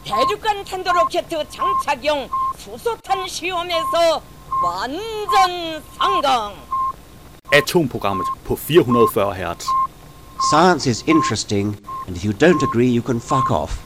대륙간 탄도로켓 장착용 수소탄 시험에서 완전 성공. Atomprogrammet på 440 Hz. Science is interesting, and if you don't agree, you can fuck off.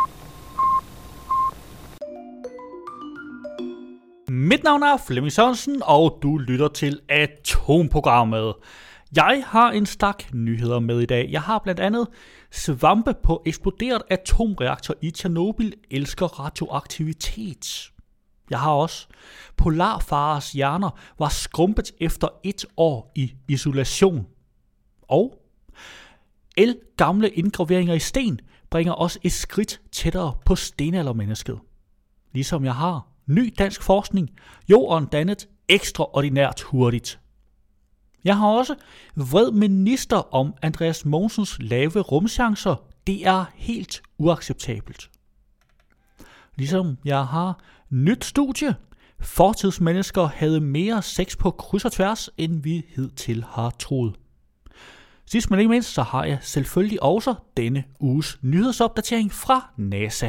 Mit navn er Flemming Sørensen, og du lytter til Atomprogrammet. Jeg har en stak nyheder med i dag. Jeg har blandt andet svampe på eksploderet atomreaktor i Tjernobyl elsker radioaktivitet. Jeg har også polarfarers hjerner var skrumpet efter 1 år i isolation. Og gamle indgraveringer i sten bringer os et skridt tættere på stenaldermennesket. Ligesom jeg har ny dansk forskning, jorden dannet ekstraordinært hurtigt. Jeg har også vred minister om Andreas Mogensens lave rumchancer. Det er helt uacceptabelt. Ligesom jeg har nyt studie. Fortidsmennesker havde mere sex på kryds og tværs, end vi hidtil har troet. Sidst men ikke mindst, så har jeg selvfølgelig også denne uges nyhedsopdatering fra NASA.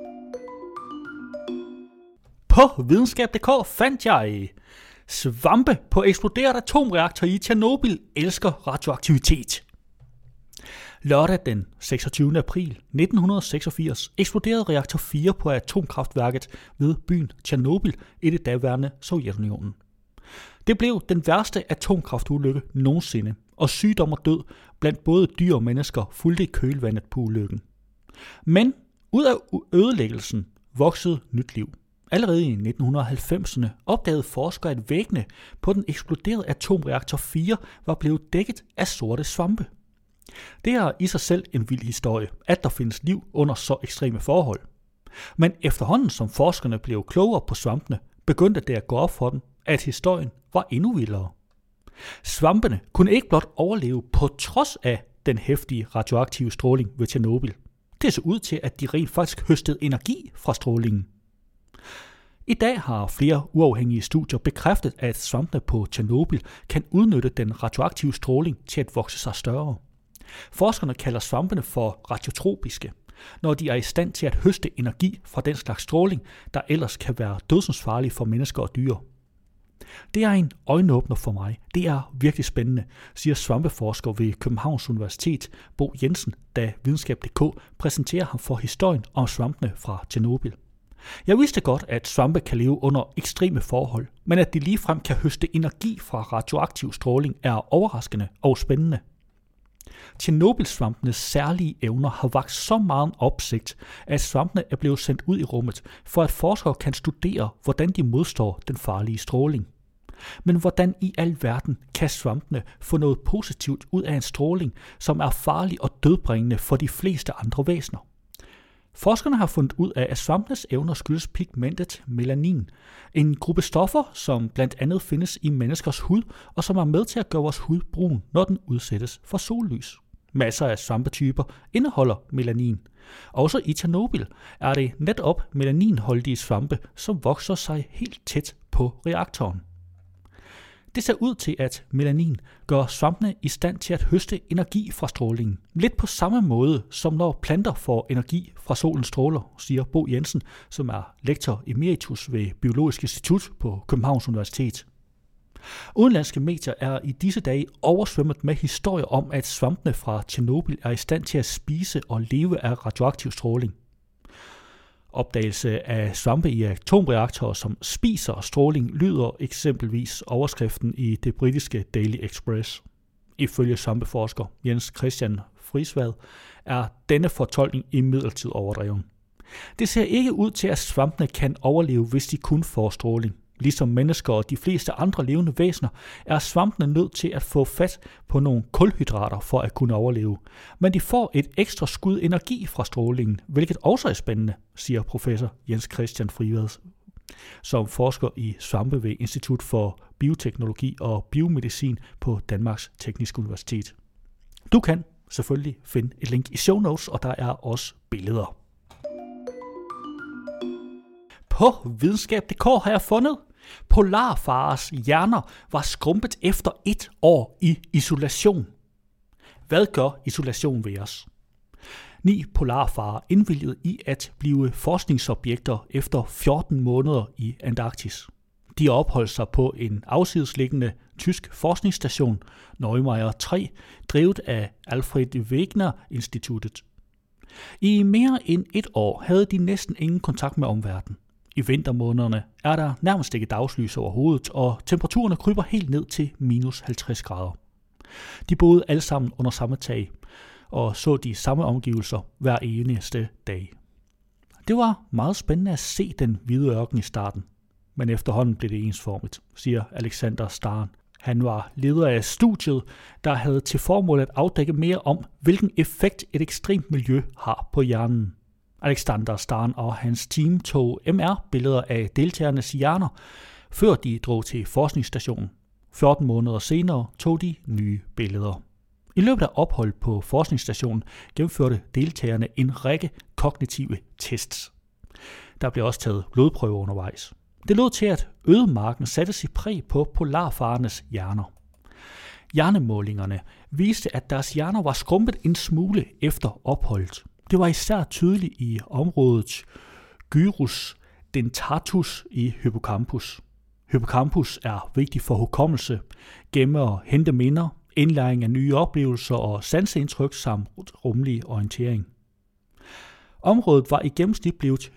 På videnskab.dk fandt jeg svampe på eksploderet atomreaktor i Tjernobyl elsker radioaktivitet. Lørdag den 26. april 1986 eksploderede reaktor 4 på atomkraftværket ved byen Tjernobyl i det daværende Sovjetunionen. Det blev den værste atomkraftulykke nogensinde, og sygdom og død blandt både dyr og mennesker fulgte i kølvandet på ulykken. Men ud af ødelæggelsen voksede nyt liv. Allerede i 1990'erne opdagede forskere, at væggene på den eksploderede atomreaktor 4 var blevet dækket af sorte svampe. Det er i sig selv en vild historie, at der findes liv under så ekstreme forhold. Men efterhånden som forskerne blev klogere på svampene, begyndte det at gå op for dem, at historien var endnu vildere. Svampene kunne ikke blot overleve på trods af den heftige radioaktive stråling ved Tjernobyl. Det så ud til, at de rent faktisk høstede energi fra strålingen. I dag har flere uafhængige studier bekræftet, at svampene på Tjernobyl kan udnytte den radioaktive stråling til at vokse sig større. Forskerne kalder svampene for radiotropiske, når de er i stand til at høste energi fra den slags stråling, der ellers kan være dødsensfarlig for mennesker og dyr. Det er en øjenåbner for mig. Det er virkelig spændende, siger svampeforsker ved Københavns Universitet, Bo Jensen, da videnskab.dk præsenterer ham for historien om svampene fra Tjernobyl. Jeg vidste godt, at svampe kan leve under ekstreme forhold, men at de ligefrem kan høste energi fra radioaktiv stråling er overraskende og spændende. Tjernobylsvampenes særlige evner har vakt så meget opsigt, at svampene er blevet sendt ud i rummet, for at forskere kan studere, hvordan de modstår den farlige stråling. Men hvordan i al verden kan svampene få noget positivt ud af en stråling, som er farlig og dødbringende for de fleste andre væsener? Forskerne har fundet ud af, at svampenes evner skyldes pigmentet melanin, en gruppe stoffer, som blandt andet findes i menneskers hud, og som er med til at gøre vores hud brun, når den udsættes for sollys. Masser af svampetyper indeholder melanin. Også i Tjernobyl er det netop melaninholdige svampe, som vokser sig helt tæt på reaktoren. Det ser ud til, at melanin gør svampene i stand til at høste energi fra strålingen. Lidt på samme måde, som når planter får energi fra solens stråler, siger Bo Jensen, som er lektor emeritus ved Biologisk Institut på Københavns Universitet. Udenlandske medier er i disse dage oversvømmet med historier om, at svampene fra Tjernobyl er i stand til at spise og leve af radioaktiv stråling. Opdagelse af svampe i atomreaktorer, som spiser stråling, lyder eksempelvis overskriften i det britiske Daily Express. Ifølge svampeforsker Jens Christian Friisvad er denne fortolkning imidlertid overdreven. Det ser ikke ud til, at svampene kan overleve, hvis de kun får stråling. Ligesom mennesker og de fleste andre levende væsener, er svampene nødt til at få fat på nogle kulhydrater for at kunne overleve. Men de får et ekstra skud energi fra strålingen, hvilket også er spændende, siger professor Jens Christian Friisvad, som forsker i svampe ved Institut for Bioteknologi og Biomedicin på Danmarks Tekniske Universitet. Du kan selvfølgelig finde et link i show notes, og der er også billeder. På videnskab.dk har jeg fundet, polarfarers hjerner var skrumpet efter 1 år i isolation. Hvad gør isolation ved os? 9 polarfarer indvilligede i at blive forskningsobjekter efter 14 måneder i Antarktis. De opholdt sig på en afsidesliggende tysk forskningsstation, Neumayer 3, drevet af Alfred Wegener Instituttet. I mere end et år havde de næsten ingen kontakt med omverdenen. I vintermånederne er der nærmest ikke dagslys overhovedet, og temperaturerne kryber helt ned til minus 50 grader. De boede alle sammen under samme tag, og så de samme omgivelser hver eneste dag. Det var meget spændende at se den hvide ørken i starten, men efterhånden blev det ensformigt, siger Alexander Starn. Han var leder af studiet, der havde til formål at afdække mere om, hvilken effekt et ekstremt miljø har på hjernen. Alexander Starn og hans team tog MR-billeder af deltagernes hjerner, før de drog til forskningsstationen. 14 måneder senere tog de nye billeder. I løbet af ophold på forskningsstationen gennemførte deltagerne en række kognitive tests. Der blev også taget blodprøver undervejs. Det lod til, at ødemarken satte sig præg på polarfarernes hjerner. Hjernemålingerne viste, at deres hjerner var skrumpet en smule efter opholdet. Det var især tydeligt i området gyrus dentatus i hippocampus. Hippocampus er vigtig for hukommelse, gemme og hente minder, indlæring af nye oplevelser og sanseindtryk samt rummelig orientering. Området var i gennemsnit blevet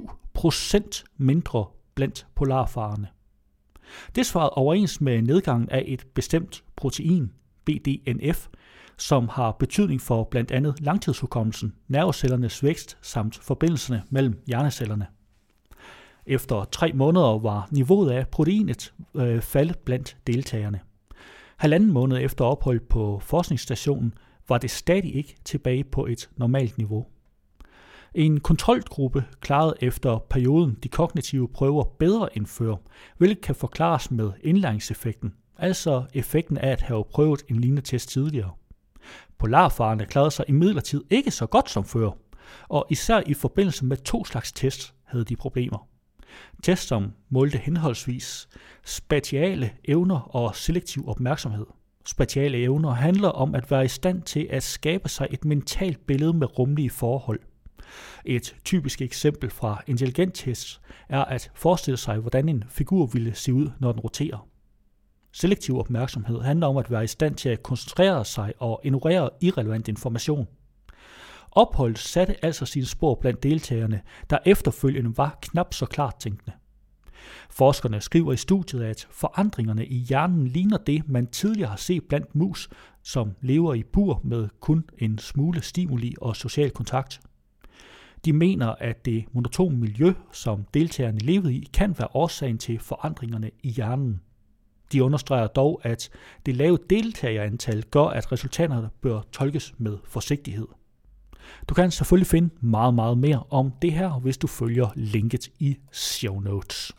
7% mindre blandt polarfarerne. Det svarede overens med nedgangen af et bestemt protein, BDNF, som har betydning for blandt andet langtidshukommelsen, nervecellernes vækst samt forbindelserne mellem hjernecellerne. Efter 3 måneder var niveauet af proteinet faldet blandt deltagerne. 1,5 måned efter ophold på forskningsstationen var det stadig ikke tilbage på et normalt niveau. En kontrolgruppe klarede efter perioden de kognitive prøver bedre end før, hvilket kan forklares med indlæringseffekten, altså effekten af at have prøvet en lignende test tidligere. Polarfarerne klarede sig imidlertid ikke så godt som før, og især i forbindelse med 2 slags tests havde de problemer. Tests, som målte henholdsvis spatiale evner og selektiv opmærksomhed. Spatiale evner handler om at være i stand til at skabe sig et mentalt billede med rumlige forhold. Et typisk eksempel fra intelligenttests er at forestille sig, hvordan en figur ville se ud, når den roterer. Selektiv opmærksomhed handler om at være i stand til at koncentrere sig og ignorere irrelevant information. Opholdet satte altså sine spor blandt deltagerne, der efterfølgende var knap så klart tænkende. Forskerne skriver i studiet, at forandringerne i hjernen ligner det, man tidligere har set blandt mus, som lever i bur med kun en smule stimuli og social kontakt. De mener, at det monotone miljø, som deltagerne levede i, kan være årsagen til forandringerne i hjernen. De understreger dog, at det lave deltagerantal gør, at resultaterne bør tolkes med forsigtighed. Du kan selvfølgelig finde meget, meget mere om det her, hvis du følger linket i show notes.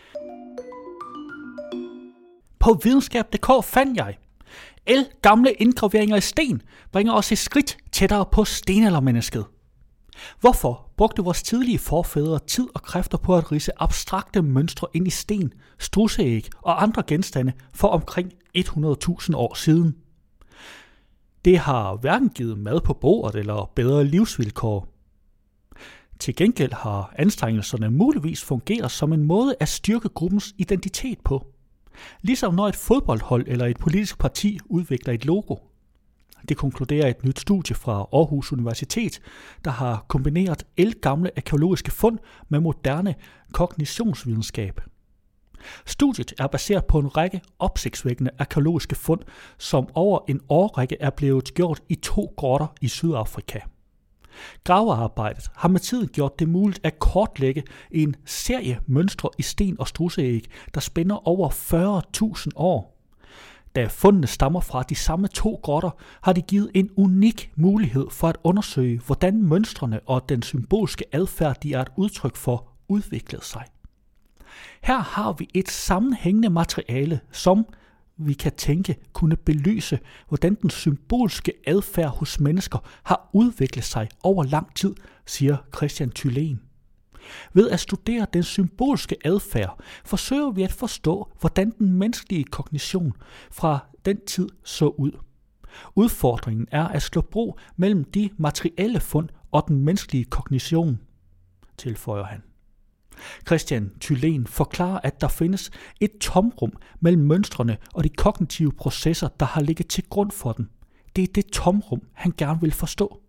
På videnskab.dk fandt jeg, gamle indgraveringer i sten bringer os et skridt tættere på stenaldermennesket. Hvorfor brugte vores tidlige forfædre tid og kræfter på at ridse abstrakte mønstre ind i sten, strudseæg og andre genstande for omkring 100.000 år siden? Det har hverken givet mad på bordet eller bedre livsvilkår. Til gengæld har anstrengelserne muligvis fungeret som en måde at styrke gruppens identitet på. Ligesom når et fodboldhold eller et politisk parti udvikler et logo. Det konkluderer et nyt studie fra Aarhus Universitet, der har kombineret ældgamle arkæologiske fund med moderne kognitionsvidenskab. Studiet er baseret på en række opsigtsvækkende arkæologiske fund, som over en årrække er blevet gjort i 2 grotter i Sydafrika. Gravearbejdet har med tiden gjort det muligt at kortlægge en serie mønstre i sten og strudseæg, der spænder over 40.000 år. Da fundene stammer fra de samme 2 grotter, har de givet en unik mulighed for at undersøge, hvordan mønstrene og den symbolske adfærd, de er et udtryk for, udviklede sig. Her har vi et sammenhængende materiale, som vi kan tænke kunne belyse, hvordan den symbolske adfærd hos mennesker har udviklet sig over lang tid, siger Christian Thylén. Ved at studere den symbolske adfærd, forsøger vi at forstå, hvordan den menneskelige kognition fra den tid så ud. Udfordringen er at slå bro mellem de materielle fund og den menneskelige kognition, tilføjer han. Christian Thylén forklarer, at der findes et tomrum mellem mønstrene og de kognitive processer, der har ligget til grund for dem. Det er det tomrum, han gerne vil forstå.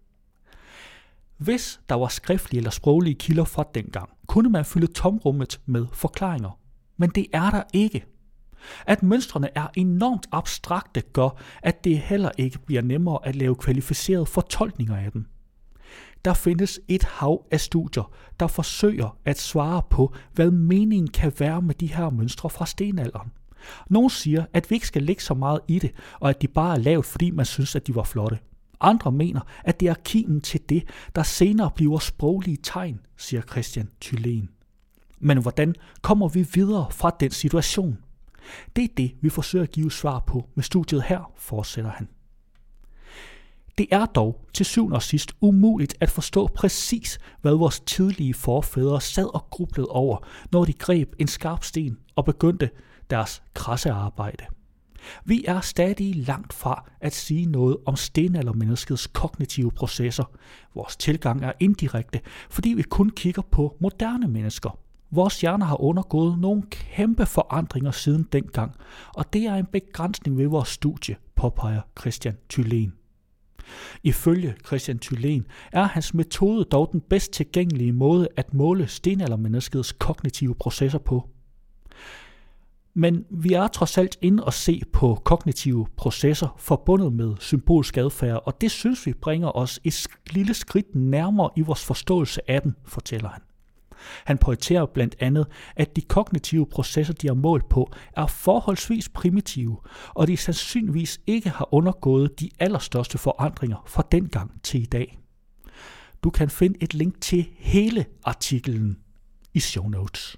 Hvis der var skriftlige eller sproglige kilder fra dengang, kunne man fylde tomrummet med forklaringer. Men det er der ikke. At mønstrene er enormt abstrakte gør, at det heller ikke bliver nemmere at lave kvalificerede fortolkninger af dem. Der findes et hav af studier, der forsøger at svare på, hvad meningen kan være med de her mønstre fra stenalderen. Nogle siger, at vi ikke skal lægge så meget i det, og at de bare er lavet, fordi man synes, at de var flotte. Andre mener, at det er kimen til det, der senere bliver sproglige tegn, siger Christian Thylén. Men hvordan kommer vi videre fra den situation? Det er det, vi forsøger at give svar på med studiet her, fortsætter han. Det er dog til syvende og sidst umuligt at forstå præcis, hvad vores tidlige forfædre sad og grublede over, når de greb en skarp sten og begyndte deres krasse arbejde. Vi er stadig langt fra at sige noget om stenaldermenneskets kognitive processer. Vores tilgang er indirekte, fordi vi kun kigger på moderne mennesker. Vores hjerner har undergået nogle kæmpe forandringer siden dengang, og det er en begrænsning ved vores studie, påpeger Christian Thylén. Ifølge Christian Thylén er hans metode dog den bedst tilgængelige måde at måle stenaldermenneskets kognitive processer på. Men vi er trods alt inde og se på kognitive processer forbundet med symbolsk adfærd, og det synes vi bringer os et lille skridt nærmere i vores forståelse af den, fortæller han. Han pointerer blandt andet, at de kognitive processer, de er målt på, er forholdsvis primitive, og de sandsynligvis ikke har undergået de allerstørste forandringer fra dengang til i dag. Du kan finde et link til hele artiklen i show notes.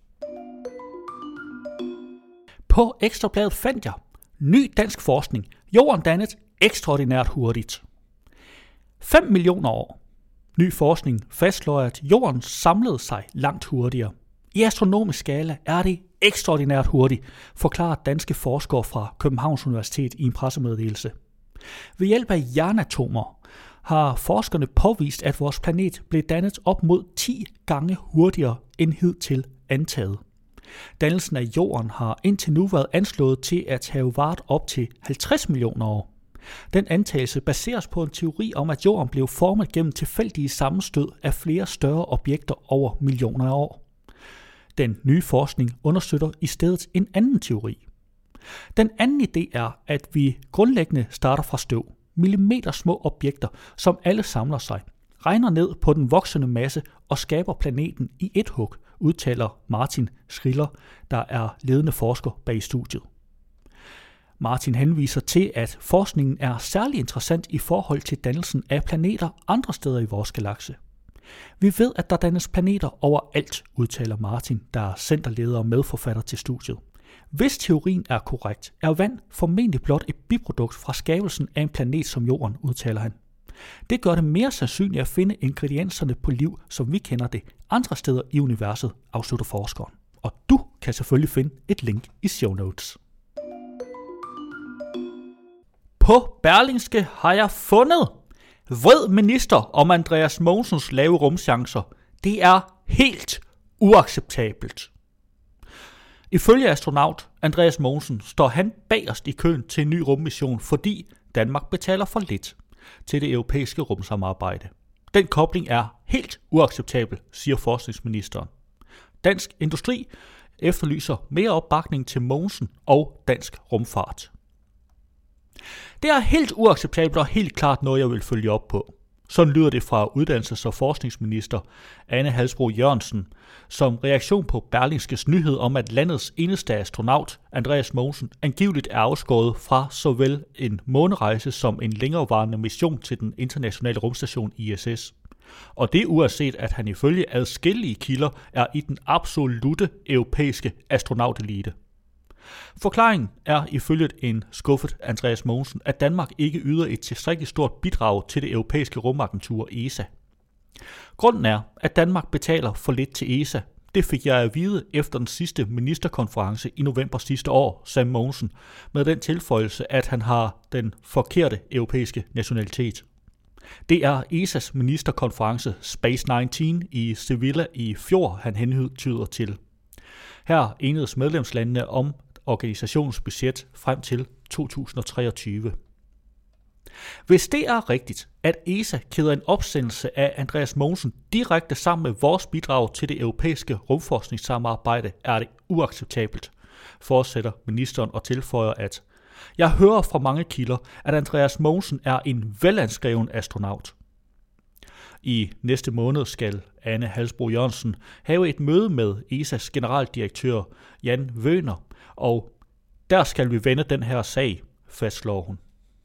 På Ekstrabladet fandt jeg ny dansk forskning. Jorden dannet ekstraordinært hurtigt. 5 millioner år. Ny forskning fastslår, at jorden samlede sig langt hurtigere. I astronomisk skala er det ekstraordinært hurtigt, forklarer danske forskere fra Københavns Universitet i en pressemeddelelse. Ved hjælp af jernatomer har forskerne påvist, at vores planet blev dannet op mod 10 gange hurtigere end hidtil antaget. Dannelsen af jorden har indtil nu været anslået til at have varet op til 50 millioner år. Den antagelse baseres på en teori om, at jorden blev formet gennem tilfældige sammenstød af flere større objekter over millioner af år. Den nye forskning understøtter i stedet en anden teori. Den anden idé er, at vi grundlæggende starter fra støv, millimeter små objekter, som alle samler sig, regner ned på den voksende masse og skaber planeten i et hug, udtaler Martin Schiller, der er ledende forsker bag studiet. Martin henviser til, at forskningen er særlig interessant i forhold til dannelsen af planeter andre steder i vores galakse. Vi ved, at der dannes planeter overalt, udtaler Martin, der er centerleder og medforfatter til studiet. Hvis teorien er korrekt, er vand formentlig blot et biprodukt fra skabelsen af en planet som jorden, udtaler han. Det gør det mere sandsynligt at finde ingredienserne på liv, som vi kender det, andre steder i universet, afslutter forskeren. Og du kan selvfølgelig finde et link i show notes. På Berlingske har jeg fundet vred minister om Andreas Mogensens lave rumchancer. Det er helt uacceptabelt. Ifølge astronaut Andreas Mogensen står han bagerst i køen til en ny rummission, fordi Danmark betaler for lidt til det europæiske rumsamarbejde. Den kobling er helt uacceptabel, siger forskningsministeren. Dansk Industri efterlyser mere opbakning til Mogensen og dansk rumfart. Det er helt uacceptabelt og helt klart noget, jeg vil følge op på. Sådan lyder det fra uddannelses- og forskningsminister Ane Halsbro Jørgensen, som reaktion på Berlingskes nyhed om, at landets eneste astronaut, Andreas Mogensen, angiveligt er afskåret fra såvel en månerejse som en længerevarende mission til den internationale rumstation ISS. Og det uanset, at han ifølge adskillige kilder er i den absolute europæiske astronautelite. Forklaringen er ifølge en skuffet Andreas Mogensen, at Danmark ikke yder et tilstrækkeligt stort bidrag til det europæiske rumagentur ESA. Grunden er, at Danmark betaler for lidt til ESA, Det fik jeg at vide efter den sidste ministerkonference i november sidste år, Sam Mogensen, med den tilføjelse, at han har den forkerte europæiske nationalitet. Det er ESA's ministerkonference Space 19 i Sevilla i fjor, han hentyder til. Her enedes medlemslandene om organisationens budget frem til 2023. Hvis det er rigtigt, at ESA kæder en opsendelse af Andreas Mogensen direkte sammen med vores bidrag til det europæiske rumforskningssamarbejde, er det uacceptabelt, fortsætter ministeren og tilføjer, at jeg hører fra mange kilder, at Andreas Mogensen er en velanskreven astronaut. I næste måned skal Anne Halsbro Jørgensen have et møde med ESA's generaldirektør Jan Wöhner, og der skal vi vende den her sag, fastslår hun.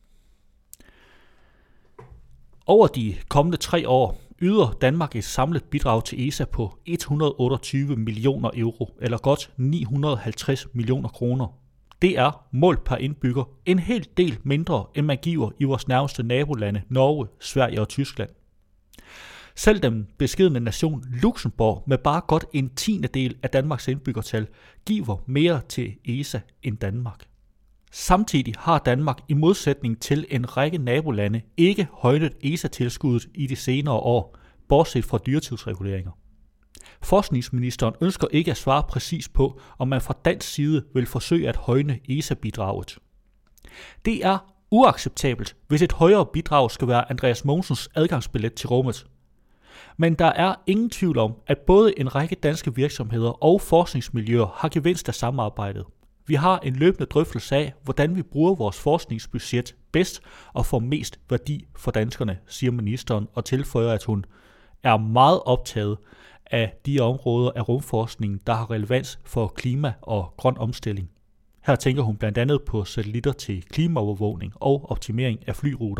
Over de kommende 3 år yder Danmark et samlet bidrag til ESA på 128 millioner euro, eller godt 950 millioner kroner. Det er målt per indbygger en hel del mindre, end man giver i vores nærmeste nabolande Norge, Sverige og Tyskland. Selv den beskedne nation Luxembourg med bare godt 1/10 af Danmarks indbyggertal giver mere til ESA end Danmark. Samtidig har Danmark i modsætning til en række nabolande ikke højnet ESA-tilskuddet i de senere år, bortset fra dyretidsreguleringer. Forskningsministeren ønsker ikke at svare præcis på, om man fra dansk side vil forsøge at højne ESA-bidraget. Det er uacceptabelt, hvis et højere bidrag skal være Andreas Mogensens adgangsbillet til rummet. Men der er ingen tvivl om, at både en række danske virksomheder og forskningsmiljøer har gevinst af samarbejdet. Vi har en løbende drøftelse af, hvordan vi bruger vores forskningsbudget bedst og får mest værdi for danskerne, siger ministeren og tilføjer, at hun er meget optaget af de områder af rumforskningen, der har relevans for klima og grøn omstilling. Her tænker hun blandt andet på satellitter til klimaovervågning og optimering af flyruter.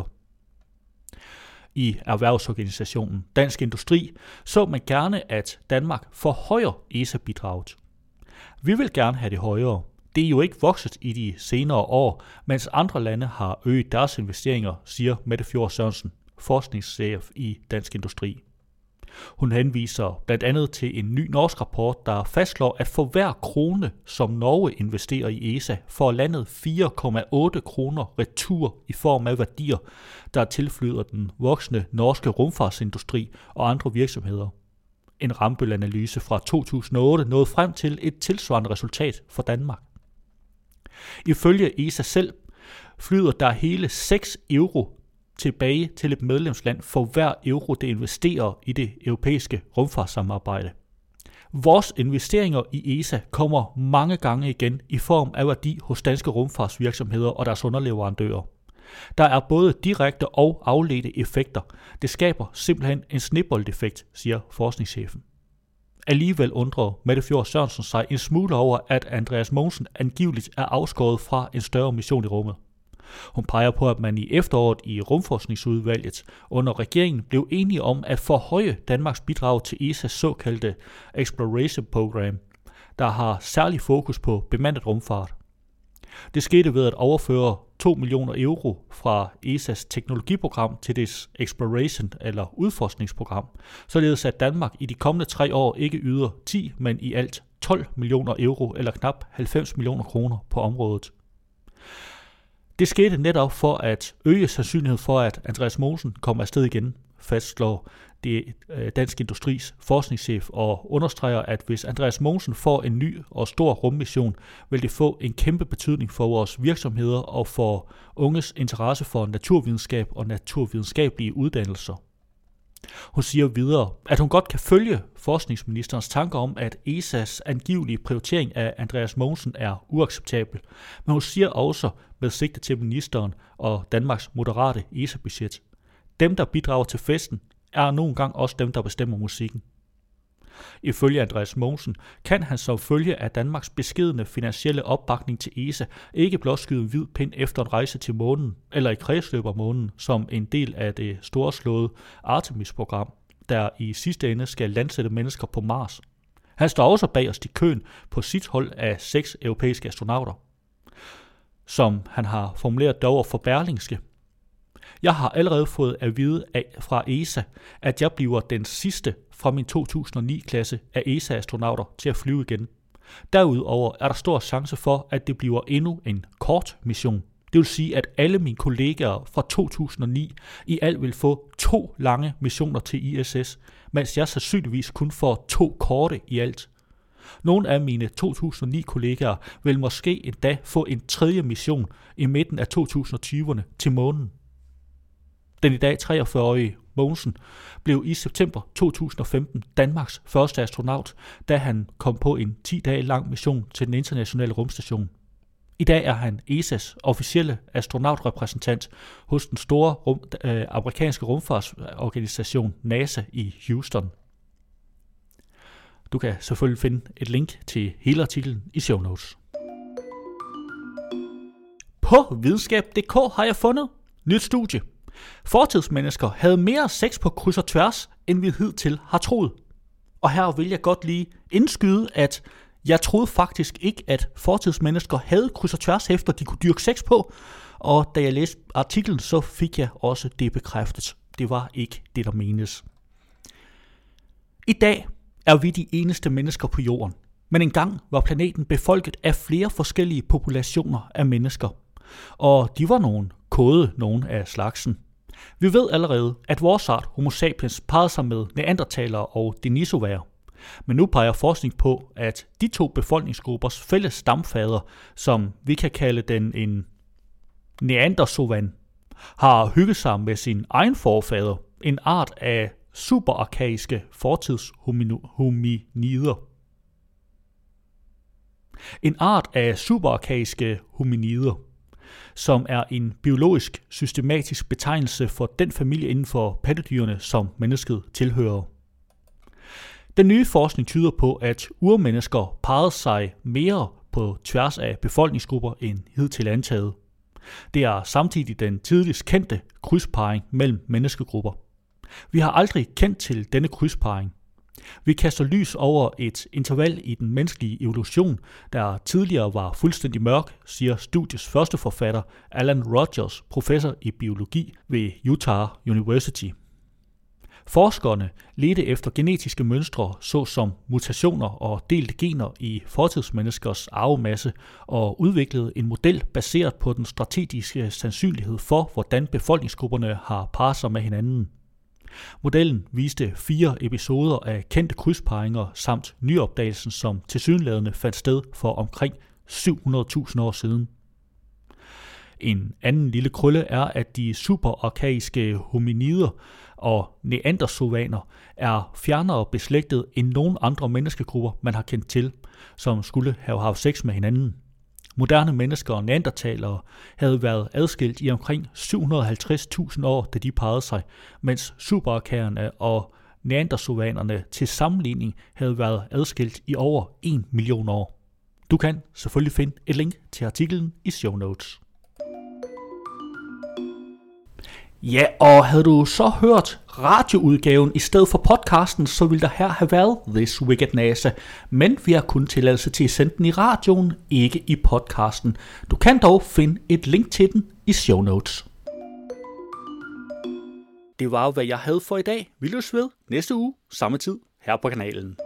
I erhvervsorganisationen Dansk Industri så man gerne, at Danmark forhøjer ESA-bidraget. Vi vil gerne have det højere. Det er jo ikke vokset i de senere år, mens andre lande har øget deres investeringer, siger Mette Fjord Sørensen, forskningschef i Dansk Industri. Hun henviser blandt andet til en ny norsk rapport, der fastslår, at for hver krone, som Norge investerer i ESA, får landet 4,8 kroner retur i form af værdier, der tilflyder den voksne norske rumfartsindustri og andre virksomheder. En Rambøll-analyse fra 2008 nåede frem til et tilsvarende resultat for Danmark. Ifølge ESA selv flyder der hele 6 euro tilbage til et medlemsland for hver euro, det investerer i det europæiske rumfartssamarbejde. Vores investeringer i ESA kommer mange gange igen i form af værdi hos danske rumfartsvirksomheder og deres underleverandører. Der er både direkte og afledte effekter. Det skaber simpelthen en sneboldeffekt, siger forskningschefen. Alligevel undrer Mette Fjord Sørensen sig en smule over, at Andreas Mogensen angiveligt er afskåret fra en større mission i rummet. Hun peger på, at man i efteråret i Rumforskningsudvalget under regeringen blev enige om at forhøje Danmarks bidrag til ESA's såkaldte Exploration Program, der har særlig fokus på bemandet rumfart. Det skete ved at overføre 2 millioner euro fra ESA's teknologiprogram til dets Exploration eller udforskningsprogram, således at Danmark i de kommende 3 år ikke yder 10, men i alt 12 millioner euro eller knap 90 millioner kroner på området. Det skete netop for at øge sandsynligheden for, at Andreas Mogensen kommer afsted igen, fastslår det Dansk Industris forskningschef og understreger, at hvis Andreas Mogensen får en ny og stor rummission, vil det få en kæmpe betydning for vores virksomheder og for unges interesse for naturvidenskab og naturvidenskabelige uddannelser. Hun siger videre, at hun godt kan følge forskningsministerens tanker om, at ESA's angivelige prioritering af Andreas Mogensen er uacceptabel, men hun siger også med sigte til ministeren og Danmarks moderate ESA-budget. Dem, der bidrager til festen, er nogle gange også dem, der bestemmer musikken. Ifølge Andreas Mogensen kan han som følge af Danmarks beskedne finansielle opbakning til ESA ikke blot skyde en hvid pind efter en rejse til månen eller i kredsløb af månen som en del af det storslåede Artemis-program, der i sidste ende skal landsætte mennesker på Mars. Han står også bagerst i køen på sit hold af 6 europæiske astronauter, som han har formuleret dog for Berlingske. Jeg har allerede fået at vide fra ESA, at jeg bliver den sidste fra min 2009-klasse af ESA-astronauter til at flyve igen. Derudover er der stor chance for, at det bliver endnu en kort mission. Det vil sige, at alle mine kollegaer fra 2009 i alt vil få 2 lange missioner til ISS, mens jeg sandsynligvis kun får 2 korte i alt. Nogle af mine 2009-kollegaer vil måske endda få en 3. mission i midten af 2020'erne til månen. Den i dag 43-årige Mogensen blev i september 2015 Danmarks første astronaut, da han kom på en 10 dage lang mission til den internationale rumstation. I dag er han ESA's officielle astronautrepræsentant hos den store amerikanske rumfartsorganisation NASA i Houston. Du kan selvfølgelig finde et link til hele artiklen i show notes. På videnskab.dk har jeg fundet nyt studie. Fortidsmennesker havde mere sex på kryds og tværs, end vi hidtil har troet. Og her vil jeg godt lige indskyde, at jeg troede faktisk ikke, at fortidsmennesker havde kryds og tværs efter, de kunne dyrke sex på. Og da jeg læste artiklen, så fik jeg også det bekræftet. Det var ikke det, der menes. I dag er vi de eneste mennesker på jorden. Men engang var planeten befolket af flere forskellige populationer af mennesker. Og de var nogle af slagsen. Vi ved allerede, at vores art Homo sapiens parrede sig med neandertalere og denisovaer. Men nu peger forskning på, at de 2 befolkningsgruppers fælles stamfader, som vi kan kalde den en neandersovan, har hygget sig med sin egen forfader, en art af superarkaiske fortidshominider. En art af superarkaiske hominider, som er en biologisk systematisk betegnelse for den familie inden for pattedyrene, som mennesket tilhører. Den nye forskning tyder på, at urmennesker parrede sig mere på tværs af befolkningsgrupper end hidtil antaget. Det er samtidig den tidligst kendte krydsparring mellem menneskegrupper. Vi har aldrig kendt til denne krydsparring. Vi kaster lys over et interval i den menneskelige evolution, der tidligere var fuldstændig mørk, siger studiets første forfatter Alan Rogers, professor i biologi ved Utah University. Forskerne ledte efter genetiske mønstre, såsom mutationer og delte gener i fortidsmenneskers arvemasse, og udviklede en model baseret på den strategiske sandsynlighed for, hvordan befolkningsgrupperne har parret sig med hinanden. Modellen viste 4 episoder af kendte krydsparringer samt nyopdagelsen, som tilsyneladende fandt sted for omkring 700.000 år siden. En anden lille krølle er, at de superarkaiske hominider og neandersovaner er fjernere beslægtet end nogen andre menneskegrupper, man har kendt til, som skulle have haft sex med hinanden. Moderne mennesker og neandertalere havde været adskilt i omkring 750.000 år, da de parrede sig, mens superarkaierne og neandersovanerne til sammenligning havde været adskilt i over 1 million år. Du kan selvfølgelig finde et link til artiklen i show notes. Ja, og havde du så hørt radioudgaven i stedet for podcasten, så ville der her have været This Week at NASA. Men vi har kun tilladelse til at sende den i radioen, ikke i podcasten. Du kan dog finde et link til den i show notes. Det var hvad jeg havde for i dag. Vi løs ved næste uge, samme tid her på kanalen.